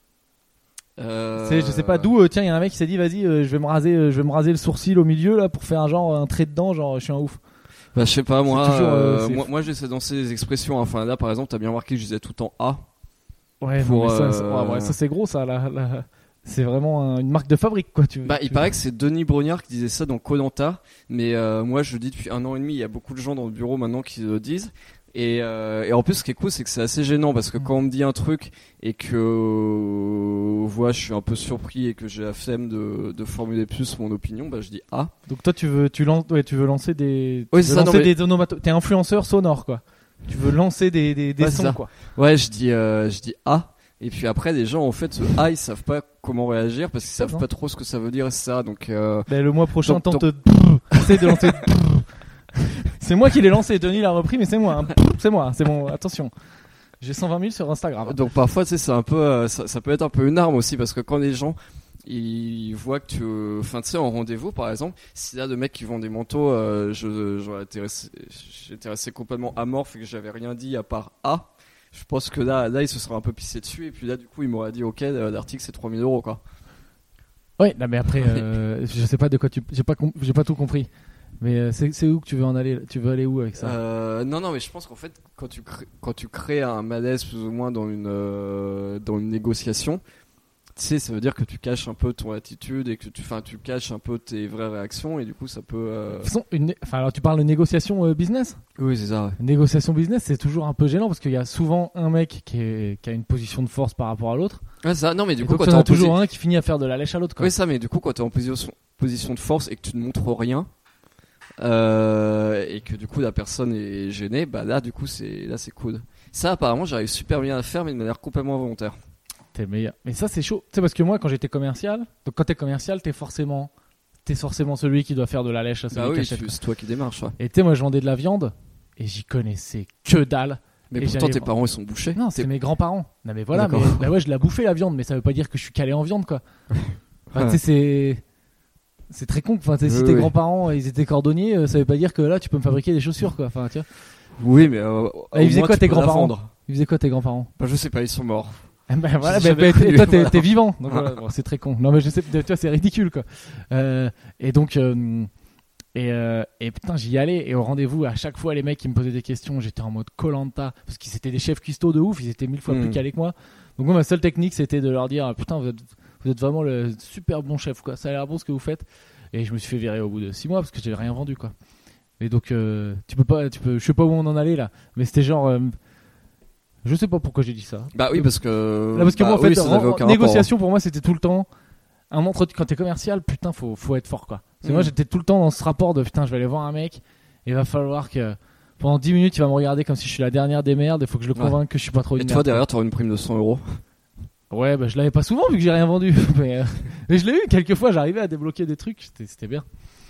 Euh...
C'est, je sais pas d'où. euh, tiens, il y a un mec qui s'est dit, vas-y, euh, je vais me raser, euh, je vais me raser le sourcil au milieu là pour faire un genre un trait dedans, genre je suis un ouf.
Bah je sais pas, moi,
C'est toujours, euh,
euh,
c'est-
moi, moi j'essaie de lancer des expressions, enfin là par exemple, t'as bien remarqué que je disais tout le temps A.
Ouais,
Pour,
non, mais ça,
euh,
ça, ouais, ouais, ça, c'est gros ça. Là, là. C'est vraiment un- une marque de fabrique quoi. Tu,
Bah,
tu-
il paraît que c'est Denis Brognard qui disait ça dans Koh-Lanta, mais euh, moi je le dis depuis un an et demi, il y a beaucoup de gens dans le bureau maintenant qui le disent. Et, euh, et en plus, ce qui est cool, c'est que c'est assez gênant parce que quand on me dit un truc et que euh, voilà, je suis un peu surpris et que j'ai la flemme de, de formuler plus mon opinion, bah je dis ah.
Donc toi, tu veux, tu lances, ouais, tu veux lancer des, tu
Oui,
veux
c'est ça,
lancer
non, mais-
des onomato- T'es influenceur sonore quoi. Tu veux lancer des, des, des
Ouais, c'est
sons
ça.
quoi.
Ouais, je dis euh, je dis ah. Et puis après, les gens en fait, ce ah, ils savent pas comment réagir parce qu'ils savent
Non.
pas trop ce que ça veut dire et ça. Donc euh,
Ben, le mois prochain,
Donc,
tente de. Essaye de lancer. C'est moi qui l'ai lancé. Denis l'a repris, mais c'est moi. hein. C'est moi. C'est bon. Attention. J'ai cent vingt mille sur Instagram.
Donc parfois, tu sais, c'est un peu, euh, ça, ça peut être un peu une arme aussi parce que quand les gens ils voient que tu, enfin, tu sais, en rendez-vous par exemple, si là de mecs qui vendent des manteaux, euh, je, j'aurais été resté- j'étais resté complètement amorphe et que j'avais rien dit à part A. Je pense que là, là, il se serait un peu pissé dessus et puis là, du coup, il m'aurait dit, ok, euh, l'article c'est trois mille euros quoi.
Ouais. Non, mais après, euh, je sais pas de quoi tu. J'ai pas, com- j'ai pas tout compris. Mais euh, c'est, c'est où que tu veux en aller Tu veux aller où avec ça
Euh, non, non, mais je pense qu'en fait, quand tu crées, quand tu crées un malaise plus ou moins dans une, euh, dans une négociation, tu sais, ça veut dire que tu caches un peu ton attitude et que tu, enfin, tu caches un peu tes vraies réactions et du coup, ça peut. Euh...
De toute façon, une... enfin, alors tu parles de négociation euh, business.
Oui, c'est ça. Ouais.
Négociation business, c'est toujours un peu gênant parce qu'il y a souvent un mec qui, est... qui a une position de force par rapport à l'autre.
Ouais, ça. Non, mais du
Et
coup,
donc,
quand
il y
t'es
en a
en position,
toujours un qui finit à faire de la lèche à l'autre. Quoi.
oui, ça, mais du coup, quand t'es en position, position de force et que tu ne montres rien. Euh, et que du coup la personne est gênée, bah là du coup c'est là c'est cool. Ça apparemment j'arrive super bien à faire mais de manière complètement involontaire.
T'es le meilleur. Mais ça c'est chaud. Tu sais parce que moi quand j'étais commercial, donc quand t'es commercial t'es forcément, t'es forcément celui qui doit faire de la lèche à celui
Bah
qui
oui,
achète.
tu-
quoi.
c'est toi qui démarches. Ouais.
Et tu sais moi je vendais de la viande et j'y connaissais que dalle.
Mais
Et
pourtant
j'avais-
tes parents ils sont bouchés.
Non, c'est
T'es-
mes grands-parents. Non mais voilà, mais
D'accord.
bah ouais je la bouffais la viande, mais ça veut pas dire que je suis calé en viande quoi. Enfin, tu sais, c'est. C'est très con. Enfin, si
oui,
tes
oui.
grands-parents ils étaient cordonniers, euh, ça veut pas dire que là tu peux me fabriquer des chaussures quoi. Enfin, tu vois.
Oui, mais. Euh,
Ah, ils faisaient quoi tes grands-parents
vendre.
Ils faisaient quoi tes grands-parents
Bah, je sais pas, ils sont morts.
Eh ben voilà,
J'ai
ben,
jamais
ben,
connu,
toi t'es,
voilà.
t'es vivant, donc voilà, bon, c'est très con. Non mais je sais, tu vois, c'est ridicule quoi. Euh, et donc euh, et, euh, et putain j'y allais et au rendez-vous à chaque fois les mecs qui me posaient des questions, j'étais en mode Koh-Lanta parce qu'ils étaient des chefs cuistots de ouf, ils étaient mille fois
Mm.
plus calés que moi. Donc moi ma seule technique c'était de leur dire ah, putain vous êtes, vous êtes vraiment le super bon chef quoi, ça a l'air bon ce que vous faites. Et je me suis fait virer au bout de six mois parce que j'avais rien vendu quoi. Et donc euh, tu peux pas, tu peux, je sais pas où on en allait là, mais c'était genre euh, je sais pas pourquoi j'ai dit ça.
Bah oui, parce que.
Là, parce que
bah,
moi, en fait,
oui, ça n'avait
en-
aucun
négociation pour moi, c'était tout le temps un entretien. Quand t'es commercial, putain, faut, faut être fort quoi. Parce que
Mm.
moi, j'étais tout le temps dans ce rapport de putain, je vais aller voir un mec, et il va falloir que pendant dix minutes, il va me regarder comme si je suis la dernière des merdes, il faut que je le
Ouais.
convainque que je suis pas trop
rapport.
une
Et
merde.
toi, derrière, t'auras une prime de cent euros.
Ouais, bah je l'avais pas souvent vu que j'ai rien vendu. mais, euh, mais je l'ai eu quelques fois, j'arrivais à débloquer des trucs, c'était, c'était bien.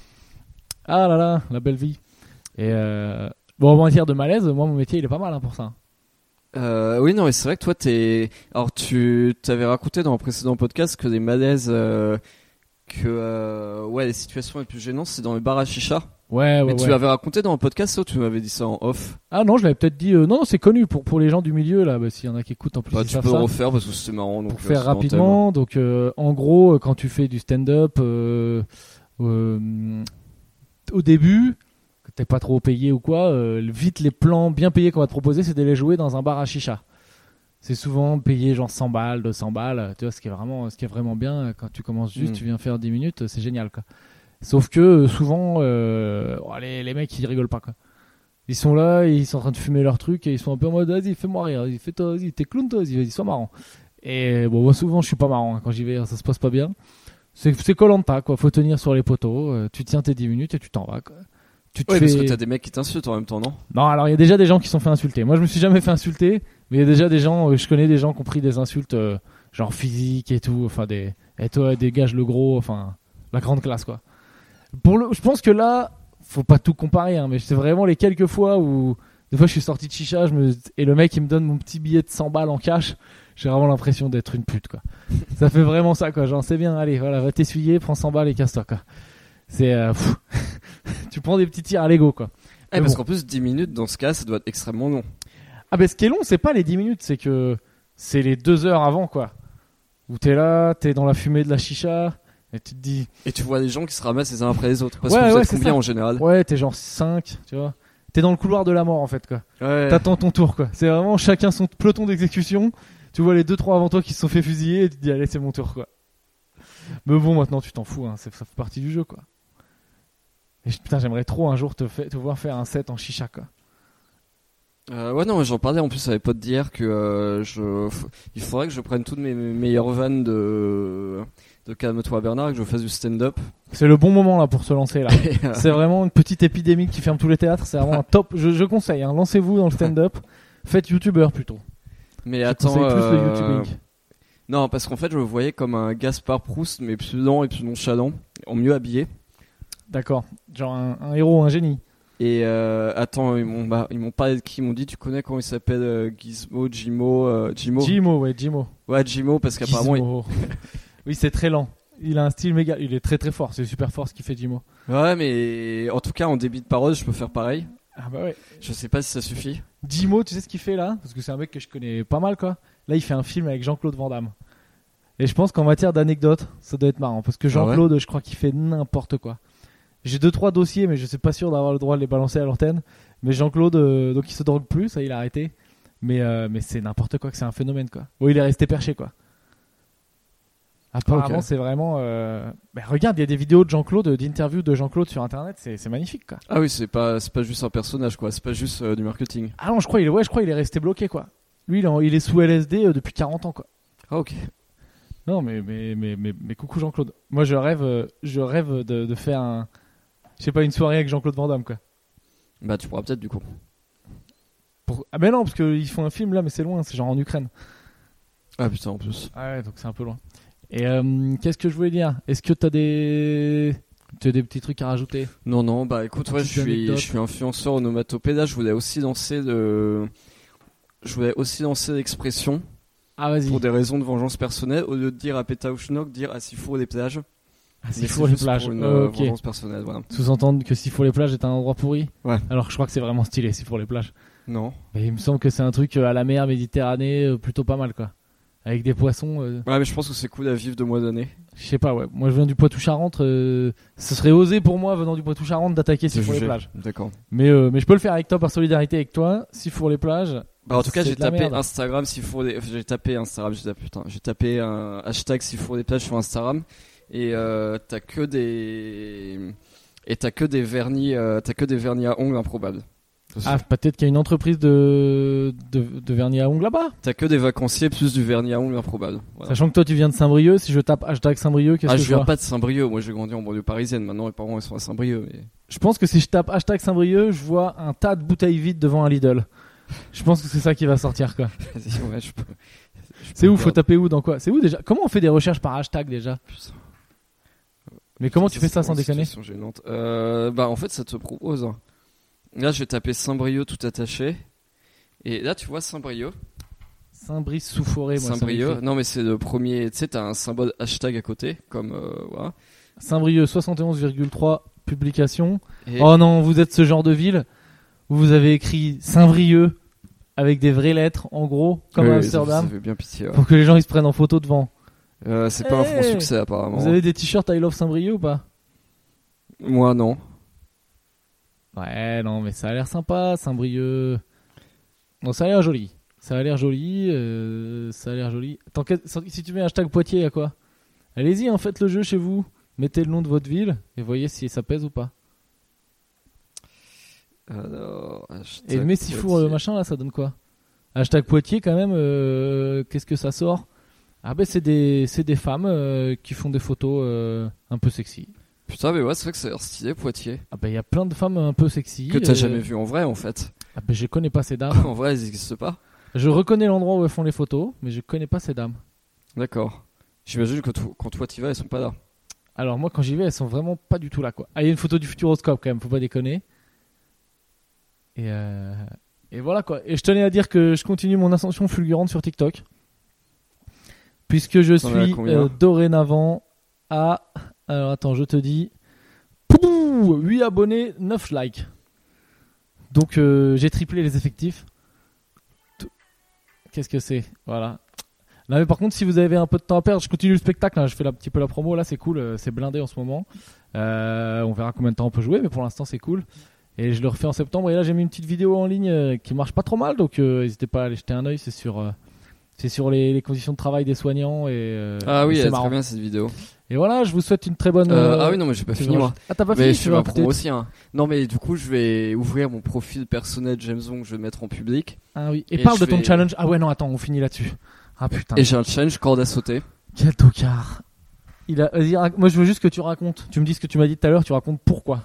Ah là là, la belle vie. Et euh, bon, en matière de malaise, moi, mon métier, il est pas mal hein, pour ça.
Euh, oui, non, mais c'est vrai que toi, t'es. Alors, tu t'avais raconté dans un précédent podcast que des malaises, euh, que euh, ouais, les situations les plus gênantes, c'est dans les bars à chicha.
Ouais, ouais,
mais
ouais.
tu l'avais raconté dans un podcast, ça, ou tu m'avais dit ça en off.
Ah non, je l'avais peut-être dit. euh, non, non, c'est connu pour, pour les gens du milieu là. Bah, s'il y en a qui écoutent en plus,
Bah,
ils
tu
savent
peux
ça.
le refaire parce que c'était marrant. Donc,
Pour
euh,
faire
c'est dans le thème.
rapidement, donc euh, en gros, euh, quand tu fais du stand-up euh, euh, au début, que t'es pas trop payé ou quoi, euh, vite les plans bien payés qu'on va te proposer, c'est d'aller jouer dans un bar à chicha. C'est souvent payé genre cent balles, deux cents balles, tu vois, ce qui est vraiment, ce qui est vraiment bien quand tu commences juste,
Mm.
tu viens faire dix minutes, c'est génial quoi. Sauf que euh, souvent, euh, oh, les, les mecs ils rigolent pas quoi. Ils sont là, ils sont en train de fumer leur truc et ils sont un peu en mode vas-y, fais-moi rire, vas-y, fais-toi, vas-y, t'es clown toi, vas-y, vas-y, sois marrant. Et bon, moi souvent je suis pas marrant hein, quand j'y vais, ça se passe pas bien. C'est, c'est Koh-Lanta quoi, faut tenir sur les poteaux, euh, tu tiens tes dix minutes et tu t'en vas quoi. Tu te
Ouais,
fais...
parce que t'as des mecs qui t'insultent en même temps, non?
Non, alors il y a déjà des gens qui se sont fait insulter. Moi je me suis jamais fait insulter, mais il y a déjà des gens, euh, je connais des gens qui ont pris des insultes euh, genre physiques et tout, enfin des, et toi dégage le gros, enfin la grande classe quoi. Pour le, je pense que là, faut pas tout comparer, hein, mais c'est vraiment les quelques fois où des fois je suis sorti de chicha, je me, et le mec il me donne mon petit billet de cent balles en cash, j'ai vraiment l'impression d'être une pute quoi. Ça fait vraiment ça quoi, genre c'est bien, allez voilà, va t'essuyer, prends cent balles et casse-toi quoi. C'est euh, pff, tu prends des petits tirs à l'ego quoi.
Eh,
Mais
parce
bon.
qu'en plus, dix minutes dans ce cas, ça doit être extrêmement long.
Ah ben ce qui est long, c'est pas les dix minutes, c'est que c'est les deux heures avant quoi. Où t'es là, t'es dans la fumée de la chicha, et tu te dis,
Et tu vois des gens qui se ramassent les uns après les autres. Parce
Ouais,
que vous
ouais,
êtes
c'est
combien
ça.
en général?
ouais, t'es genre cinq, tu vois. T'es dans le couloir de la mort en fait quoi.
Ouais.
T'attends ton tour quoi. C'est vraiment chacun son peloton d'exécution. Tu vois les deux trois avant toi qui se sont fait fusiller et tu te dis allez c'est mon tour quoi. Mais bon maintenant tu t'en fous, hein, c'est- ça fait partie du jeu quoi. Et je- putain j'aimerais trop un jour te, fa- te voir faire un set en chicha quoi.
Euh, ouais, non, mais j'en parlais en plus avec potes d'hier que euh, je, f- il faudrait que je prenne toutes mes mes meilleures vannes de, de Calme-toi Bernard et que je fasse du stand-up.
C'est le bon moment là pour se lancer là.
Et, euh,
C'est vraiment une petite épidémie qui ferme tous les théâtres. C'est vraiment un top. Je, je conseille. Hein. Lancez-vous dans le stand-up. Faites youtubeur plutôt.
mais
Je
attends.
conseille plus le
euh,
youtubing.
Non, parce qu'en fait, je me voyais comme un Gaspard Proust, mais plus lent et plus nonchalant, en mieux habillé.
D'accord. Genre un, un héros, un génie.
Et euh, attends, ils m'ont bah, ils m'ont parlé de qui? Ils m'ont dit, tu connais comment il s'appelle euh, Gizmo, Jimo, euh, Jimo
Jimo, ouais, Jimo.
Ouais, Jimo, parce qu'apparemment. il-
Gizmo. Oui, c'est très lent. Il a un style méga. Il est très très fort. C'est super fort ce qu'il fait, Jimo.
Ouais, mais en tout cas, en débit de parole, je peux faire pareil.
Ah bah ouais.
Je sais pas si ça suffit.
Jimo, tu sais ce qu'il fait là? Parce que c'est un mec que je connais pas mal quoi. Là, il fait un film avec Jean-Claude Van Damme. Et je pense qu'en matière d'anecdotes, ça doit être marrant. Parce que Jean-Claude, je crois qu'il fait n'importe quoi. J'ai deux trois dossiers, mais je suis pas sûr d'avoir le droit de les balancer à l'antenne. Mais Jean-Claude, euh, donc il se drogue plus, ça il a arrêté. Mais euh, mais c'est n'importe quoi, que c'est un phénomène quoi. Bon, il est resté perché quoi. Apparemment,
Ok.
c'est vraiment. Euh... bah, regarde, il y a des vidéos de Jean-Claude, d'interviews de Jean-Claude sur internet, c'est, c'est magnifique quoi.
Ah oui, c'est pas, c'est pas juste un personnage, quoi. C'est pas juste euh, du marketing.
Ah non, je crois, il est, ouais, je crois il est resté bloqué quoi. Lui, il est, en- il est sous L S D euh, depuis quarante ans quoi.
Ah, ok.
Non, mais, mais, mais, mais, mais coucou Jean-Claude. Moi, je rêve, euh, je rêve de, de faire un. Je sais pas, une soirée avec Jean-Claude Van Damme quoi.
Bah, tu pourras peut-être, du coup.
Pour... Ah, ben non, parce qu'ils font un film là, mais c'est loin, c'est genre en Ukraine.
Ah, putain, en plus.
Ah ouais, donc c'est un peu loin. Et euh, qu'est-ce que je voulais dire? Est-ce que t'as des... Tu as des petits trucs à rajouter?
Non, non, bah écoute, ouais, je
Petite
suis,
anecdote.
je suis influenceur onomatopée. Là, je voulais aussi lancer de. Je voulais aussi lancer l'expression.
Ah, vas-y.
Pour des raisons de vengeance personnelle, au lieu de dire à Pétaouchnok, dire à Sifour les plages.
Ah,
Mais
Sifour
c'est
les
juste
plages.
Pour une
Euh,
euh,
ok.
vengeance personnelle, voilà.
Sous-entendre que Sifour les plages est un endroit pourri.
Ouais.
Alors que je crois que c'est vraiment stylé, Sifour les plages.
Non.
Mais il me semble que c'est un truc euh, à la mer Méditerranée, euh, plutôt pas mal, quoi. Avec des poissons. Euh...
Ouais, mais je pense que c'est cool à vivre de mois d'année.
Je sais pas, ouais. Moi, je viens du Poitou-Charentes. Euh... Ce serait osé pour moi, venant du Poitou-Charentes, d'attaquer
C'est
Sifour les
jugé.
plages.
D'accord.
Mais, euh, mais je peux le faire avec toi par solidarité avec toi. Sifour les plages.
Bah, en tout cas,
c'est
j'ai
de la
tapé
merde.
Instagram Sifour les... J'ai tapé Instagram, j'ai tapé, putain, j'ai tapé un hashtag Sifour les plages sur Instagram. Et euh, t'as que des... Et t'as que des vernis, euh, t'as que des vernis à ongles improbables.
Ah, peut-être qu'il y a une entreprise de, de, de vernis à ongles là-bas.
T'as que des vacanciers plus du vernis à ongles improbable. Voilà.
Sachant que toi, tu viens de Saint-Brieuc. Si je tape hashtag Saint-Brieuc, qu'est-ce
Ah,
que
je
je
viens
vois
pas de Saint-Brieuc. Moi, j'ai grandi en banlieue parisienne. Maintenant, mes parents ils sont à Saint-Brieuc. Mais...
Je pense que si je tape hashtag Saint-Brieuc, je vois un tas de bouteilles vides devant un Lidl. Je pense que c'est ça qui va sortir, quoi.
Vas-y, ouais, je peux. je
C'est
peux
où? Faut
regarder.
taper où? Dans quoi? C'est où déjà? Comment on fait des recherches par hashtag déjà?
Putain.
Mais comment tu fais ça
c'est
sans
vraiment une
déconner?
situation gênante. Euh, bah, en fait, ça te propose. hein. Là, je vais taper Saint-Brieuc tout attaché. Et là, tu vois Saint-Brieuc.
Saint-Brice-sous-Forêt, moi. ça
Saint-Brieuc.
m'écrit.
Non, mais c'est le premier. Tu sais, t'as un symbole hashtag à côté. Comme. Euh, voilà.
Saint-Brieuc, soixante et onze virgule trois publications.
Et...
Oh non, vous êtes ce genre de ville où vous avez écrit Saint-Brieuc avec des vraies lettres, en gros, comme
Oui,
à
oui, ça-
Amsterdam,
Ça fait bien pitié. ouais.
pour que les gens ils se prennent en photo devant.
Euh, c'est pas un franc
Hey
succès, apparemment.
Vous avez des t-shirts I Love Saint-Brieuc ou pas?
Moi, non.
Ouais, non, mais ça a l'air sympa, Saint-Brieuc. Non, ça a l'air joli. Ça a l'air joli. euh, ça a l'air joli. Attends, que- si tu mets hashtag Poitiers, à quoi? Allez-y, hein, faites le jeu chez vous. Mettez le nom de votre ville et voyez si ça pèse ou pas.
Alors, hashtag
Et le Messifour
Poitiers.
euh, machin là, ça donne quoi? Hashtag Poitiers quand même. euh, Qu'est-ce que ça sort? Ah ben c'est des c'est des femmes euh, qui font des photos euh, un peu sexy.
Putain, mais ouais, c'est vrai que ça a l'air stylé, Poitiers.
Ah ben il y a plein de femmes un peu sexy.
Que t'as
euh,
jamais vu en vrai, en fait.
Ah ben je connais pas ces dames.
En vrai, elles n'existent pas.
Je reconnais l'endroit où elles font les photos, mais je connais pas ces dames.
D'accord. J'imagine que to- quand toi t'y vas, elles sont pas là.
Alors moi quand j'y vais, elles sont vraiment pas du tout là quoi. Ah il y a une photo du Futuroscope quand même, faut pas déconner. Et euh, et voilà quoi. Et je tenais à dire que je continue mon ascension fulgurante sur TikTok. Puisque je
T'en es à
suis
combien
euh, dorénavant à... Alors attends, je te dis... Pouh, huit abonnés, neuf likes. Donc euh, j'ai triplé les effectifs. Tout- Qu'est-ce que c'est? Voilà. Non mais par contre, si vous avez un peu de temps à perdre, je continue le spectacle. hein, Je fais un petit peu la promo. Là, c'est cool. euh, C'est blindé en ce moment. Euh, on verra combien de temps on peut jouer, mais pour l'instant, c'est cool. Et je le refais en septembre. Et là, j'ai mis une petite vidéo en ligne euh, qui marche pas trop mal. Donc euh, n'hésitez pas à aller jeter un oeil. C'est sur... euh, C'est sur les, les conditions de travail des soignants et euh,
Ah oui,
et
elle
c'est
est
marrant.
très bien cette vidéo.
Et voilà, je vous souhaite une très bonne.
Euh,
euh,
ah oui, non, mais j'ai pas
tu
fini
vas-
moi.
Ah t'as pas
Mais
fini?
je
tu
fais
vas
ma promo
peut-être-
aussi. Hein. Non, mais du coup, je vais ouvrir mon profil personnel James Wong, je vais le mettre en public.
Ah oui. Et,
Et
parle
je
de ton
vais-
challenge. Ah ouais non attends, on finit là-dessus. Ah putain.
Et j'ai un challenge corde à sauter.
Quel tocard. Il a. Vas-y, rac- moi je veux juste que tu racontes. Tu me dis ce que tu m'as dit tout à l'heure. Tu racontes pourquoi.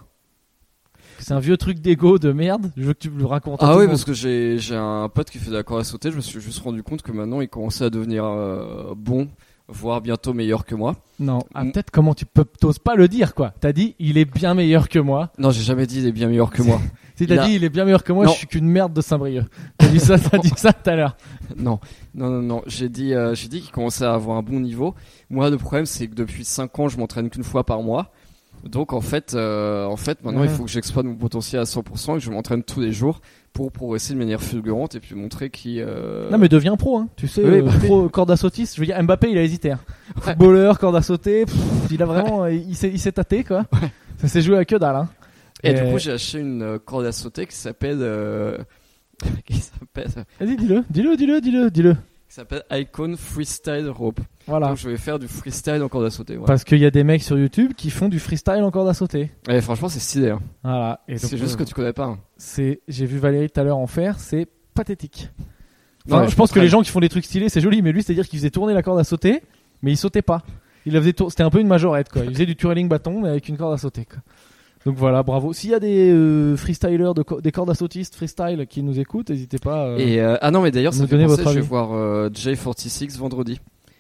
C'est un vieux truc d'ego de merde. Je veux que tu me le racontes. à
Ah
tout
oui,
le monde.
parce que j'ai j'ai un pote qui fait de la corde à sauter. Je me suis juste rendu compte que maintenant il commençait à devenir euh, bon, voire bientôt meilleur que moi.
Non. Ah
Mm.
peut-être comment tu peux t'oses pas le dire quoi. T'as dit il est bien meilleur que moi.
Non, j'ai jamais dit il est bien meilleur que moi.
Si t'as
Il a-
dit il est bien meilleur que moi,
Non.
je suis qu'une merde de Saint-Brieuc. T'as dit ça, t'as dit ça tout à l'heure.
Non, non, non, non. J'ai dit, euh, j'ai dit qu'il commençait à avoir un bon niveau. Moi, le problème, c'est que depuis cinq ans, je m'entraîne qu'une fois par mois. Donc, en fait, euh, en fait, maintenant,
Ouais.
il faut que j'exploite mon potentiel à cent pour cent et que je m'entraîne tous les jours pour progresser de manière fulgurante et puis montrer qui. Euh...
Non mais deviens pro, hein. Tu sais,
Oui,
euh,
bah oui.
pro corde à sautiste. Je veux dire, Mbappé, il a hésité. Hein. Footballeur, corde à sauter, pff, il a vraiment, il s'est, il s'est tâté quoi. Ça s'est joué à que dalle. Hein.
Et,
Et-
du coup, j'ai acheté une euh, corde à sauter qui s'appelle, euh... qui s'appelle,
Vas-y, dis-le, dis-le, dis-le, dis-le, dis-le.
qui s'appelle Icon Freestyle Rope.
Voilà.
Donc, je vais faire du freestyle en corde à sauter. Voilà.
Parce qu'il y a des mecs sur YouTube qui font du freestyle en corde à sauter.
Et franchement, c'est stylé. Hein.
Voilà. Et
C'est
donc,
juste
euh,
que tu connais pas. Hein.
c'est, j'ai vu Valérie tout à l'heure en faire, c'est pathétique.
Non,
Enfin,
mais
je
je
pense que
m'entraîne.
les gens qui font des trucs stylés, c'est joli, mais lui, c'est-à-dire qu'il faisait tourner la corde à sauter, mais il sautait pas. Il la faisait tour- C'était un peu une majorette, quoi. Il faisait du twirling bâton, mais avec une corde à sauter, quoi. Donc voilà, bravo. S'il y a des euh, freestylers, de co- des cordes à sautistes freestyle qui nous écoutent, n'hésitez pas. euh,
Et euh, ah non, mais d'ailleurs,
nous
ça fait
donner
penser,
votre
je vais
avis.
voir euh, J quarante-six vendredi.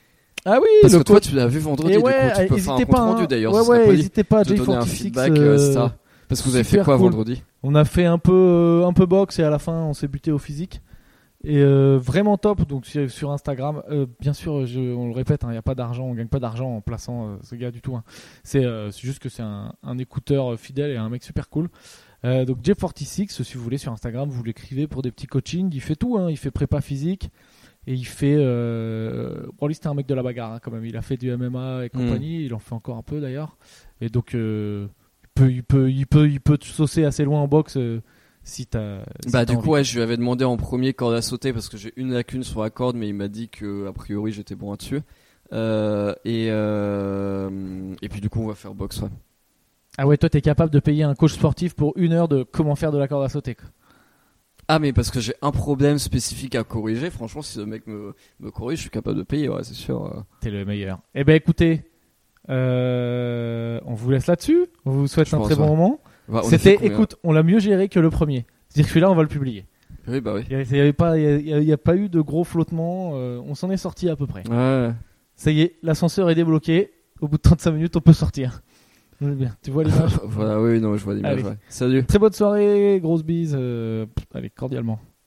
Ah oui,
Parce
le
que toi,
coach-
tu l'as vu vendredi,
Et
du
ouais,
coup, tu peux faire un
n'hésitez
compte
pas.
rendu
hein.
d'ailleurs.
Ouais,
ce serait
ouais,
poli
n'hésitez pas.
de
J
donner un
quarante-six.
feedback,
euh,
euh, et cetera. Parce que vous avez fait
super
quoi
cool.
vendredi?
On a fait un peu, euh, un peu boxe et à la fin, on s'est buté au physique. Et euh, vraiment top, donc sur, sur Instagram, euh, bien sûr, je, on le répète, il hein, n'y a pas d'argent, on gagne pas d'argent en plaçant euh, ce gars du tout. Hein. C'est, euh, c'est juste que c'est un, un écouteur fidèle et un mec super cool. Euh, donc J quarante-six, si vous voulez sur Instagram, vous l'écrivez pour des petits coachings, il fait tout, hein, il fait prépa physique et il fait... Euh... Bon, lui c'était un mec de la bagarre hein, quand même, il a fait du M M A et compagnie, mmh. il en fait encore un peu d'ailleurs. Et donc euh, il, peut, il, peut, il, peut, il peut te saucer assez loin en boxe euh, si t'as... Si
bah
t'as
du
envie.
coup ouais, je lui avais demandé en premier corde à sauter parce que j'ai une lacune sur la corde, mais il m'a dit que a priori j'étais bon là-dessus. Euh, et, euh... et puis du coup on va faire boxe, ouais.
Ah ouais, toi t'es capable de payer un coach sportif pour une heure de comment faire de la corde à sauter quoi.
Ah mais parce que j'ai un problème spécifique à corriger, franchement si le mec me, me corrige je suis capable de payer, ouais c'est sûr.
T'es le meilleur. Eh ben écoutez, euh, on vous laisse là-dessus, on vous souhaite je un très bon ouais. moment. Bah, C'était, écoute, on l'a mieux géré que le premier. C'est-à-dire que celui-là on va le publier.
Oui bah oui.
Il n'y avait pas, il y a, il y a pas eu de gros flottements, euh, on s'en est sorti à peu près.
Ouais.
Ça y est, l'ascenseur est débloqué, au bout de trente-cinq minutes on peut sortir. Bien. Tu vois l'image.
Voilà, oui, non, je vois l'image. Ouais. Salut.
Très bonne soirée, grosse bise. Euh, allez, cordialement.